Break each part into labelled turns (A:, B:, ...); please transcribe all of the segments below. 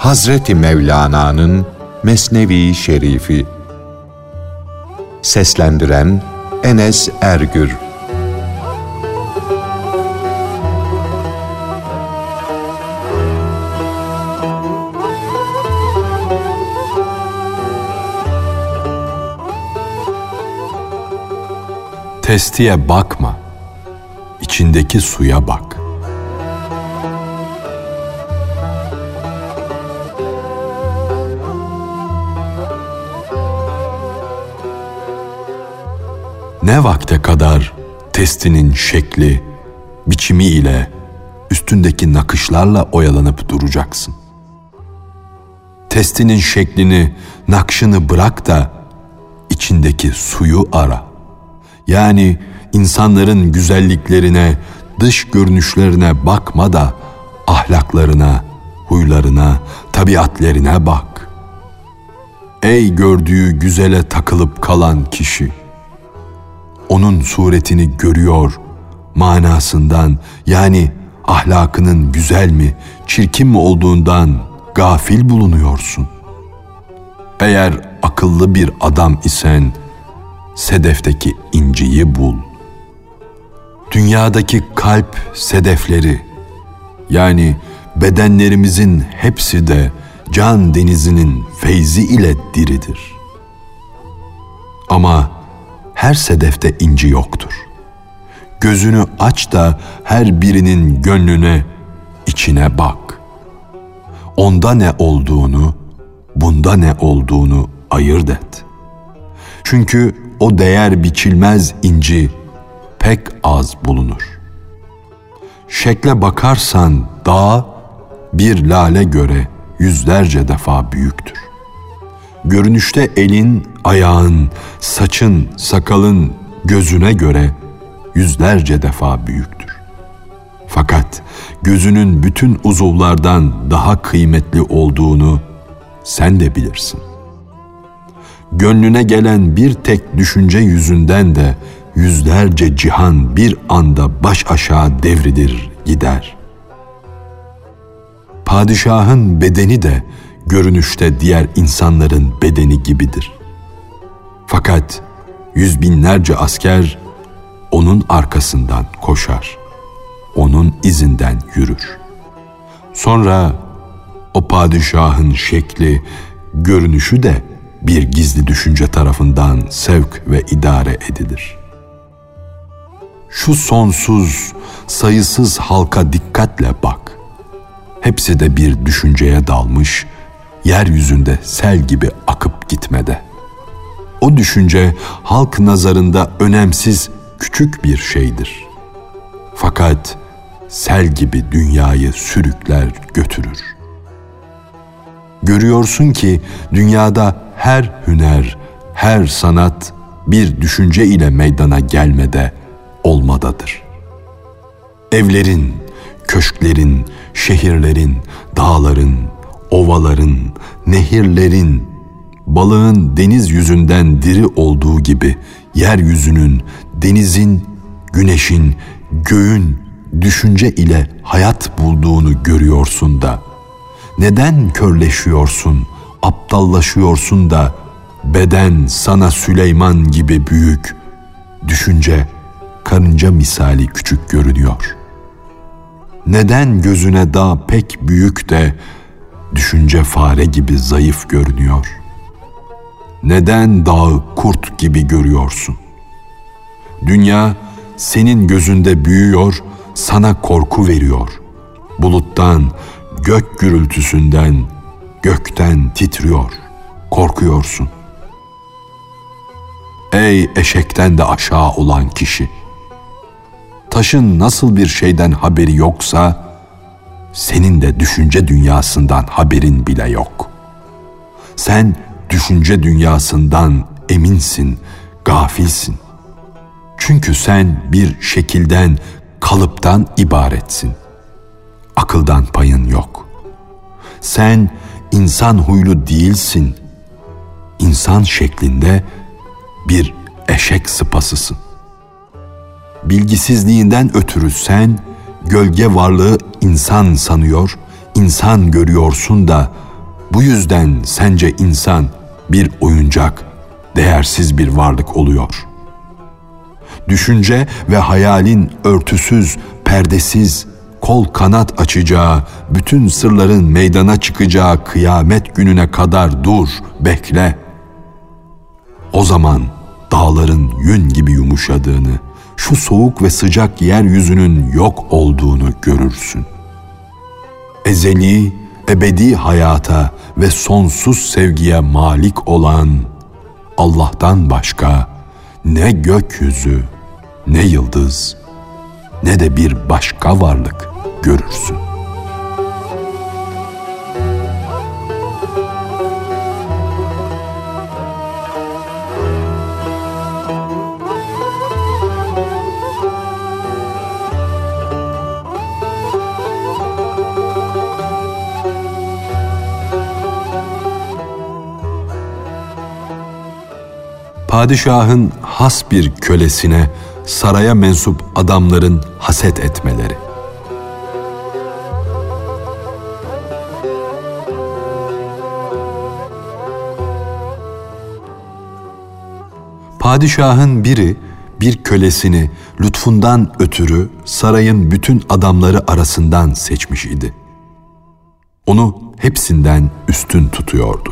A: Hazreti Mevlana'nın Mesnevi Şerifi. Seslendiren Enes Ergür.
B: Testiye bakma, içindeki suya bak. Ne vakte kadar testinin şekli, biçimi ile, üstündeki nakışlarla oyalanıp duracaksın? Testinin şeklini, nakşını bırak da içindeki suyu ara. Yani insanların güzelliklerine, dış görünüşlerine bakma da ahlaklarına, huylarına, tabiatlerine bak. Ey gördüğü güzele takılıp kalan kişi! Onun suretini görüyor, manasından, yani ahlakının güzel mi, çirkin mi olduğundan gafil bulunuyorsun. Eğer akıllı bir adam isen, sedefteki inciyi bul. Dünyadaki kalp sedefleri, yani bedenlerimizin hepsi de can denizinin feyzi ile diridir. Ama her sedefte inci yoktur. Gözünü aç da her birinin gönlüne, içine bak. Onda ne olduğunu, bunda ne olduğunu ayırt et. Çünkü o değer biçilmez inci pek az bulunur. Şekle bakarsan dağ bir lale göre yüzlerce defa büyüktür. Görünüşte elin, ayağın, saçın, sakalın gözüne göre yüzlerce defa büyüktür. Fakat gözünün bütün uzuvlardan daha kıymetli olduğunu sen de bilirsin. Gönlüne gelen bir tek düşünce yüzünden de yüzlerce cihan bir anda baş aşağı devrilir gider. Padişahın bedeni de görünüşte diğer insanların bedeni gibidir. Fakat yüz binlerce asker onun arkasından koşar, onun izinden yürür. Sonra o padişahın şekli, görünüşü de bir gizli düşünce tarafından sevk ve idare edilir. Şu sonsuz, sayısız halka dikkatle bak. Hepsi de bir düşünceye dalmış, yeryüzünde sel gibi akıp gitmede. O düşünce halk nazarında önemsiz, küçük bir şeydir. Fakat sel gibi dünyayı sürükler götürür. Görüyorsun ki dünyada her hüner, her sanat bir düşünce ile meydana gelmede, olmadadır. Evlerin, köşklerin, şehirlerin, dağların, ovaların, nehirlerin, balığın deniz yüzünden diri olduğu gibi yeryüzünün, denizin, güneşin, göğün düşünce ile hayat bulduğunu görüyorsun da neden körleşiyorsun, aptallaşıyorsun da beden sana Süleyman gibi büyük, düşünce karınca misali küçük görünüyor? Neden gözüne dağ pek büyük de düşünce fare gibi zayıf görünüyor? Neden dağı kurt gibi görüyorsun? Dünya senin gözünde büyüyor, sana korku veriyor. Buluttan, gök gürültüsünden, gökten titriyor, korkuyorsun. Ey eşekten de aşağı olan kişi! Taşın nasıl bir şeyden haberi yoksa, senin de düşünce dünyasından haberin bile yok. Sen düşünce dünyasından eminsin, gafilsin. Çünkü sen bir şekilden, kalıptan ibaretsin. Akıldan payın yok. Sen insan huylu değilsin. İnsan şeklinde bir eşek sıpasısın. Bilgisizliğinden ötürü sen gölge varlığı insan sanıyor, insan görüyorsun da Bu yüzden sence insan bir oyuncak, değersiz bir varlık oluyor. Düşünce ve hayalin örtüsüz, perdesiz, kol kanat açacağı, bütün sırların meydana çıkacağı kıyamet gününe kadar dur, bekle. O zaman dağların yün gibi yumuşadığını, şu soğuk ve sıcak yeryüzünün yok olduğunu görürsün. Ezeli, ebedi hayata ve sonsuz sevgiye malik olan Allah'tan başka ne gökyüzü, ne yıldız, ne de bir başka varlık görürsün. Padişahın has bir kölesine saraya mensup adamların haset etmeleri. Padişahın biri bir kölesini lütfundan ötürü sarayın bütün adamları arasından seçmiş idi. Onu hepsinden üstün tutuyordu.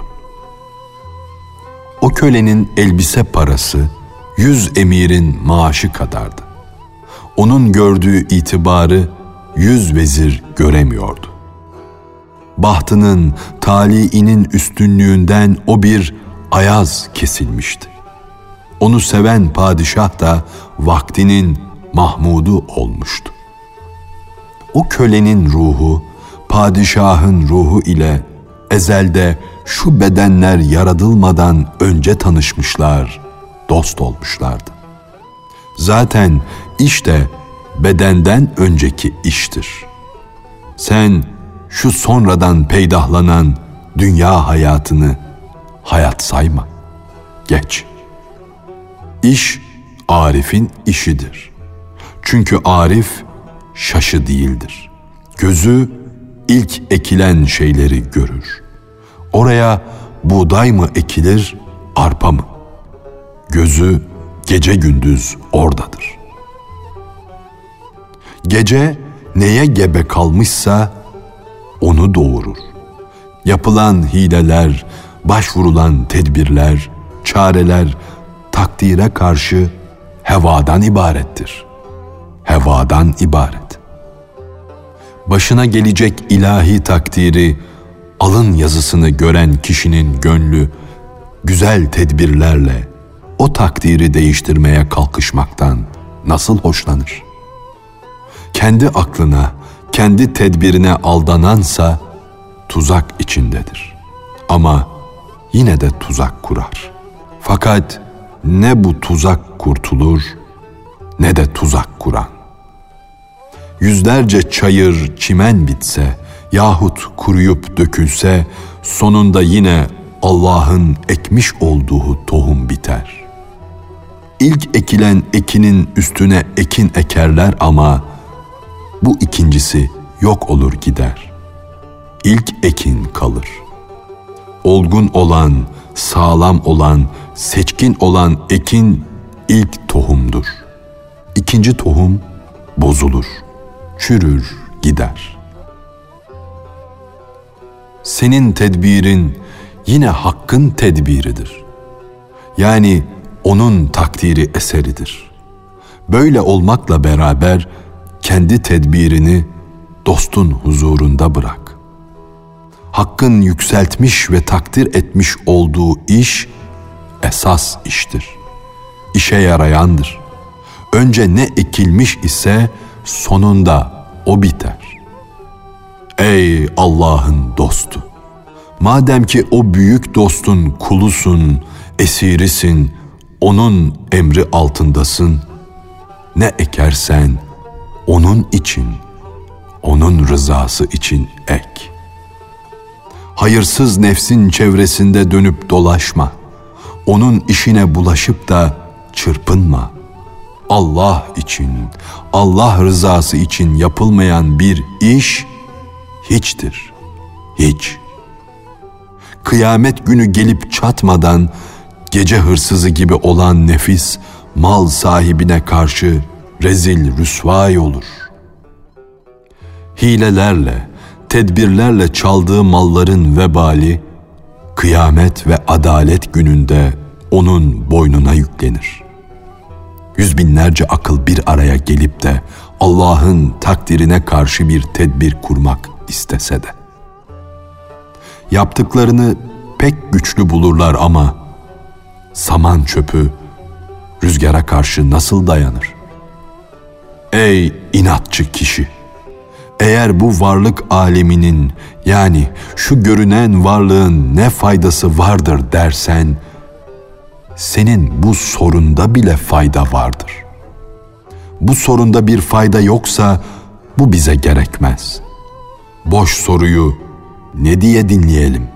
B: O kölenin elbise parası 100 emirin maaşı kadardı. Onun gördüğü itibarı 100 vezir göremiyordu. Bahtının, taliinin üstünlüğünden o bir ayaz kesilmişti. Onu seven padişah da vaktinin Mahmudu olmuştu. O kölenin ruhu, padişahın ruhu ile ezelde şu bedenler yaratılmadan önce tanışmışlar, dost olmuşlardı. Zaten iş de bedenden önceki iştir. Sen şu sonradan peydahlanan dünya hayatını hayat sayma. Geç. İş Arif'in işidir. Çünkü Arif şaşı değildir. Gözü ilk ekilen şeyleri görür. Oraya buğday mı ekilir, arpa mı? Gözü gece gündüz oradadır. Gece neye gebe kalmışsa onu doğurur. Yapılan hileler, başvurulan tedbirler, çareler takdire karşı hevadan ibarettir. Hevadan ibaret. Başına gelecek ilahi takdiri, alın yazısını gören kişinin gönlü güzel tedbirlerle o takdiri değiştirmeye kalkışmaktan nasıl hoşlanır? Kendi aklına, kendi tedbirine aldanansa tuzak içindedir. Ama yine de tuzak kurar. Fakat ne bu tuzak kurtulur ne de tuzak kuran. Yüzlerce çayır, çimen bitse yahut kuruyup dökülse sonunda yine Allah'ın ekmiş olduğu tohum biter. İlk ekilen ekinin üstüne ekin ekerler ama bu ikincisi yok olur gider. İlk ekin kalır. Olgun olan, sağlam olan, seçkin olan ekin ilk tohumdur. İkinci tohum bozulur, çürür, gider. Senin tedbirin yine Hakk'ın tedbiridir. Yani onun takdiri eseridir. Böyle olmakla beraber kendi tedbirini dostun huzurunda bırak. Hakk'ın yükseltmiş ve takdir etmiş olduğu iş esas iştir. İşe yarayandır. Önce ne ekilmiş ise sonunda o biter. Ey Allah'ın dostu! Madem ki o büyük dostun kulusun, esirisin, onun emri altındasın, ne ekersen onun için, onun rızası için ek. Hayırsız nefsin çevresinde dönüp dolaşma. Onun işine bulaşıp da çırpınma. Allah için, Allah rızası için yapılmayan bir iş hiçtir. Hiç. Kıyamet günü gelip çatmadan gece hırsızı gibi olan nefis mal sahibine karşı rezil rüsvay olur. Hilelerle, tedbirlerle çaldığı malların vebali kıyamet ve adalet gününde onun boynuna yüklenir. Yüz binlerce akıl bir araya gelip de Allah'ın takdirine karşı bir tedbir kurmak istese de. Yaptıklarını pek güçlü bulurlar ama saman çöpü rüzgara karşı nasıl dayanır? Ey inatçı kişi! Eğer bu varlık aleminin, yani şu görünen varlığın ne faydası vardır dersen, senin bu sorunda bile fayda vardır. Bu sorunda bir fayda yoksa bu bize gerekmez. Boş soruyu ne diye dinleyelim?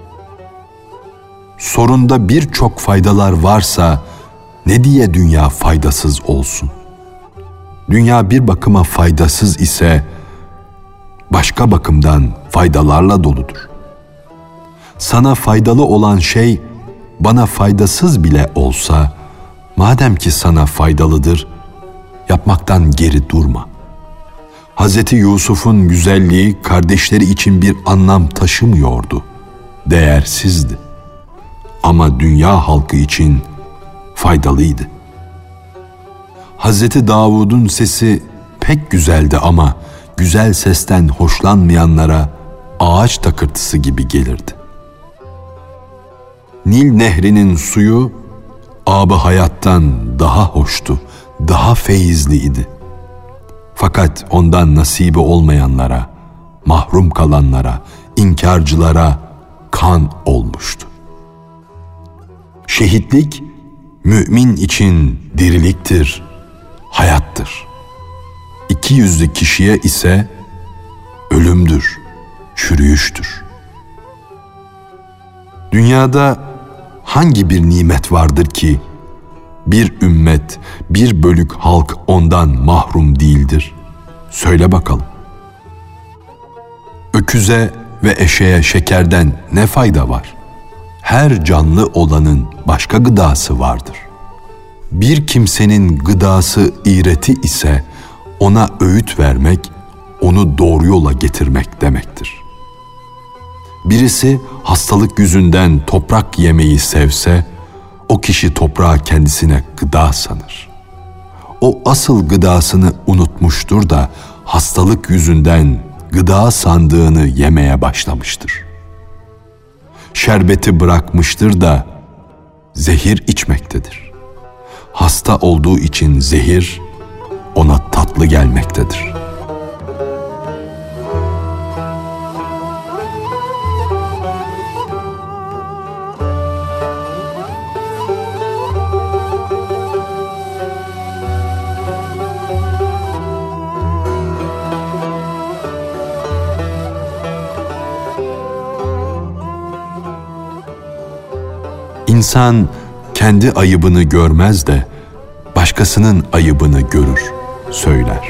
B: Sorunda birçok faydalar varsa ne diye dünya faydasız olsun? Dünya bir bakıma faydasız ise başka bakımdan faydalarla doludur. Sana faydalı olan şey bana faydasız bile olsa, madem ki sana faydalıdır, yapmaktan geri durma. Hz. Yusuf'un güzelliği kardeşleri için bir anlam taşımıyordu, değersizdi. Ama dünya halkı için faydalıydı. Hz. Davud'un sesi pek güzeldi ama güzel sesten hoşlanmayanlara ağaç takırtısı gibi gelirdi. Nil nehrinin suyu ab-ı hayattan daha hoştu, daha feyizliydi. Fakat ondan nasibi olmayanlara, mahrum kalanlara, inkarcılara kan olmuştu. Şehitlik, mümin için diriliktir, hayattır. İki yüzlü kişiye ise ölümdür, çürüyüştür. Dünyada hangi bir nimet vardır ki bir ümmet, bir bölük halk ondan mahrum değildir? Söyle bakalım. Öküze ve eşeğe şekerden ne fayda var? Her canlı olanın başka gıdası vardır. Bir kimsenin gıdası iğreti ise ona öğüt vermek, onu doğru yola getirmek demektir. Birisi hastalık yüzünden toprak yemeyi sevse, o kişi toprağı kendisine gıda sanır. O asıl gıdasını unutmuştur da hastalık yüzünden gıda sandığını yemeye başlamıştır. Şerbeti bırakmıştır da zehir içmektedir. Hasta olduğu için zehir ona tatlı gelmektedir. İnsan kendi ayıbını görmez de başkasının ayıbını görür, söyler.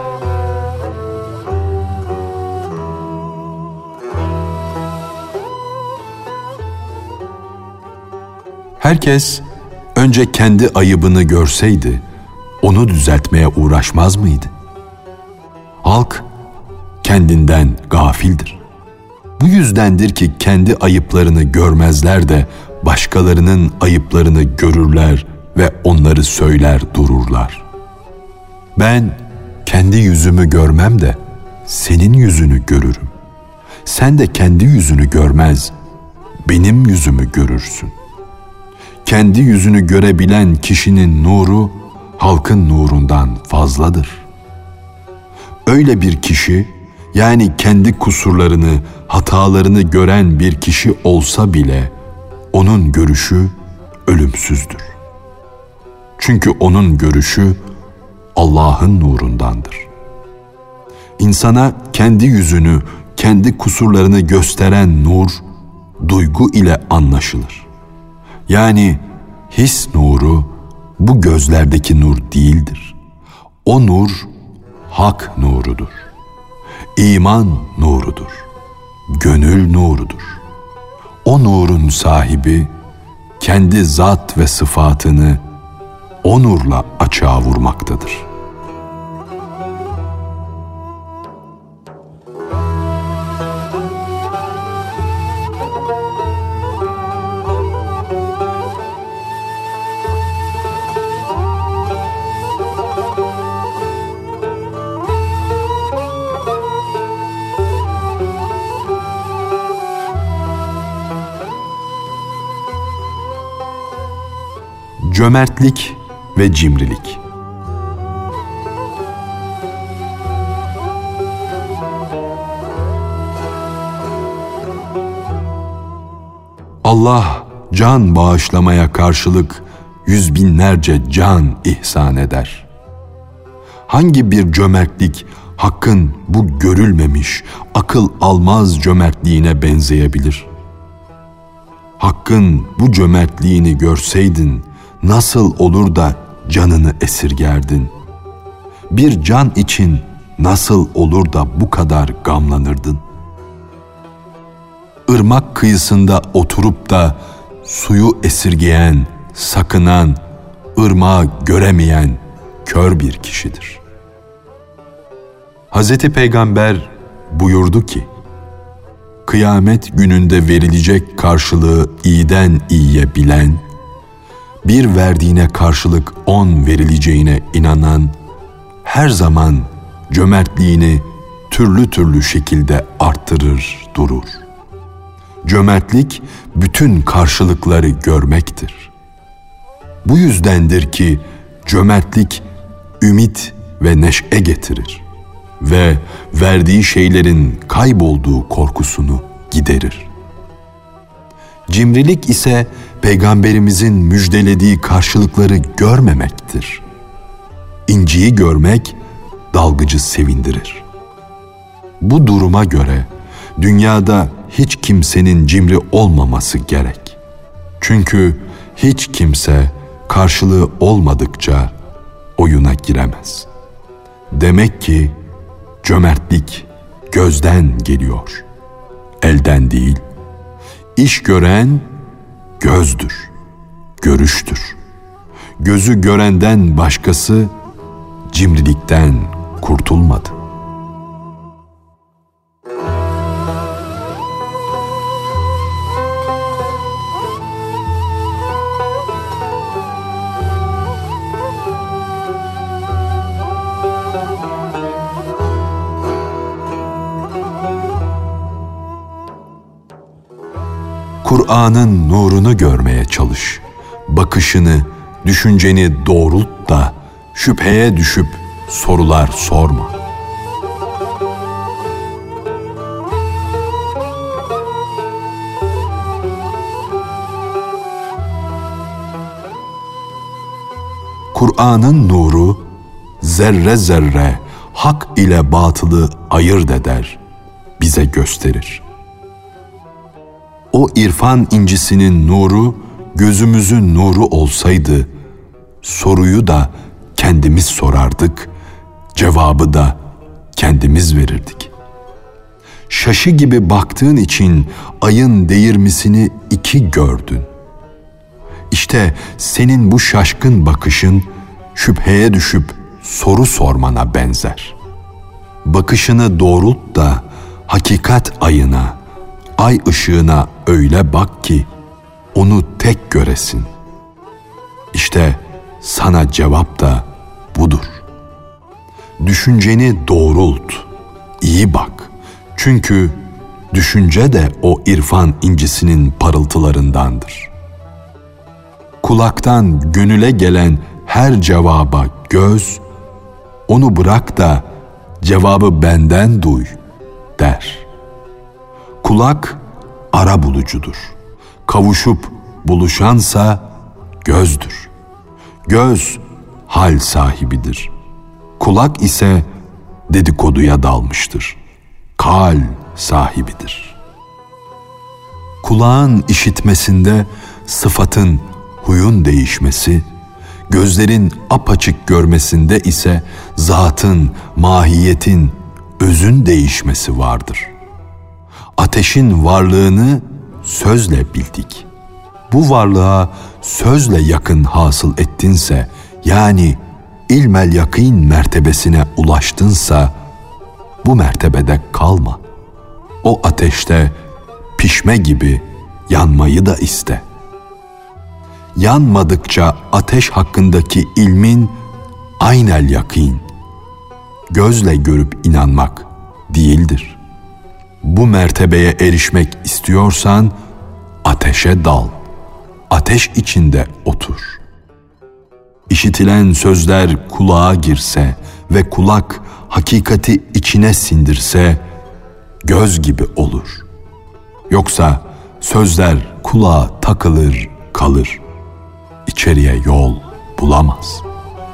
B: Herkes önce kendi ayıbını görseydi, onu düzeltmeye uğraşmaz mıydı? Halk kendinden gafildir. Bu yüzdendir ki kendi ayıplarını görmezler de başkalarının ayıplarını görürler ve onları söyler dururlar. Ben kendi yüzümü görmem de senin yüzünü görürüm. Sen de kendi yüzünü görmez, benim yüzümü görürsün. Kendi yüzünü görebilen kişinin nuru halkın nurundan fazladır. Öyle bir kişi, yani kendi kusurlarını, hatalarını gören bir kişi olsa bile onun görüşü ölümsüzdür. Çünkü onun görüşü Allah'ın nurundandır. İnsana kendi yüzünü, kendi kusurlarını gösteren nur, duygu ile anlaşılır. Yani his nuru bu gözlerdeki nur değildir. O nur hak nurudur. İman nurudur. Gönül nurudur. o nurun sahibi kendi zat ve sıfatını o nurla açığa vurmaktadır. Cömertlik ve cimrilik. Allah can bağışlamaya karşılık yüz binlerce can ihsan eder. Hangi bir cömertlik Hakk'ın bu görülmemiş, akıl almaz cömertliğine benzeyebilir? Hakk'ın bu cömertliğini görseydin, nasıl olur da canını esirgerdin? Bir can için nasıl olur da bu kadar gamlanırdın? Irmak kıyısında oturup da suyu esirgeyen, sakınan, ırmağı göremeyen kör bir kişidir. Hazreti Peygamber buyurdu ki, kıyamet gününde verilecek karşılığı iyiden iyiye bilen, bir verdiğine karşılık 10 verileceğine inanan, her zaman cömertliğini türlü türlü şekilde arttırır durur. Cömertlik bütün karşılıkları görmektir. Bu yüzdendir ki cömertlik ümit ve neşe getirir ve verdiği şeylerin kaybolduğu korkusunu giderir. Cimrilik ise Peygamberimizin müjdelediği karşılıkları görmemektir. İnciyi görmek dalgıcı sevindirir. Bu duruma göre dünyada hiç kimsenin cimri olmaması gerek. Çünkü hiç kimse karşılığı olmadıkça oyuna giremez. Demek ki cömertlik gözden geliyor, elden değil. İş gören gözdür, görüştür. Gözü görenden başkası cimrilikten kurtulmadı. Kur'an'ın nurunu görmeye çalış. Bakışını, düşünceni doğrult da şüpheye düşüp sorular sorma. Kur'an'ın nuru zerre zerre hak ile batılı ayırt eder, bize gösterir. O irfan incisinin nuru gözümüzün nuru olsaydı, soruyu da kendimiz sorardık, cevabı da kendimiz verirdik. Şaşı gibi baktığın için ayın değirmisini iki gördün. İşte senin bu şaşkın bakışın şüpheye düşüp soru sormana benzer. Bakışını doğrult da hakikat ayına, ay ışığına öyle bak ki onu tek göresin. İşte sana cevap da budur. Düşünceni doğrult, iyi bak. Çünkü düşünce de o irfan incisinin parıltılarındandır. Kulaktan gönüle gelen her cevaba göz, onu bırak da cevabı benden duy der. Kulak ara bulucudur. Kavuşup buluşansa gözdür. Göz hal sahibidir. Kulak ise dedikoduya dalmıştır. Kal sahibidir. Kulağın işitmesinde sıfatın, huyun değişmesi, gözlerin apaçık görmesinde ise zatın, mahiyetin, özün değişmesi vardır. Ateşin varlığını sözle bildik. Bu varlığa sözle yakın hasıl ettinse, yani ilmel yakîn mertebesine ulaştınsa, bu mertebede kalma. O ateşte pişme gibi yanmayı da iste. Yanmadıkça ateş hakkındaki ilmin aynel yakîn, gözle görüp inanmak değildir. Bu mertebeye erişmek istiyorsan ateşe dal, ateş içinde otur. İşitilen sözler kulağa girse ve kulak hakikati içine sindirse göz gibi olur. Yoksa sözler kulağa takılır kalır, içeriye yol bulamaz.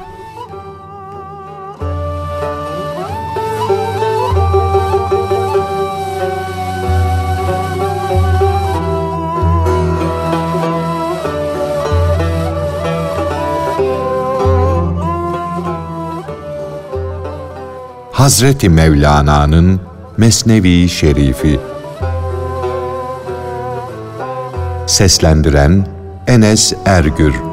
A: Hazreti Mevlana'nın Mesnevi Şerifi. Seslendiren Enes Ergür.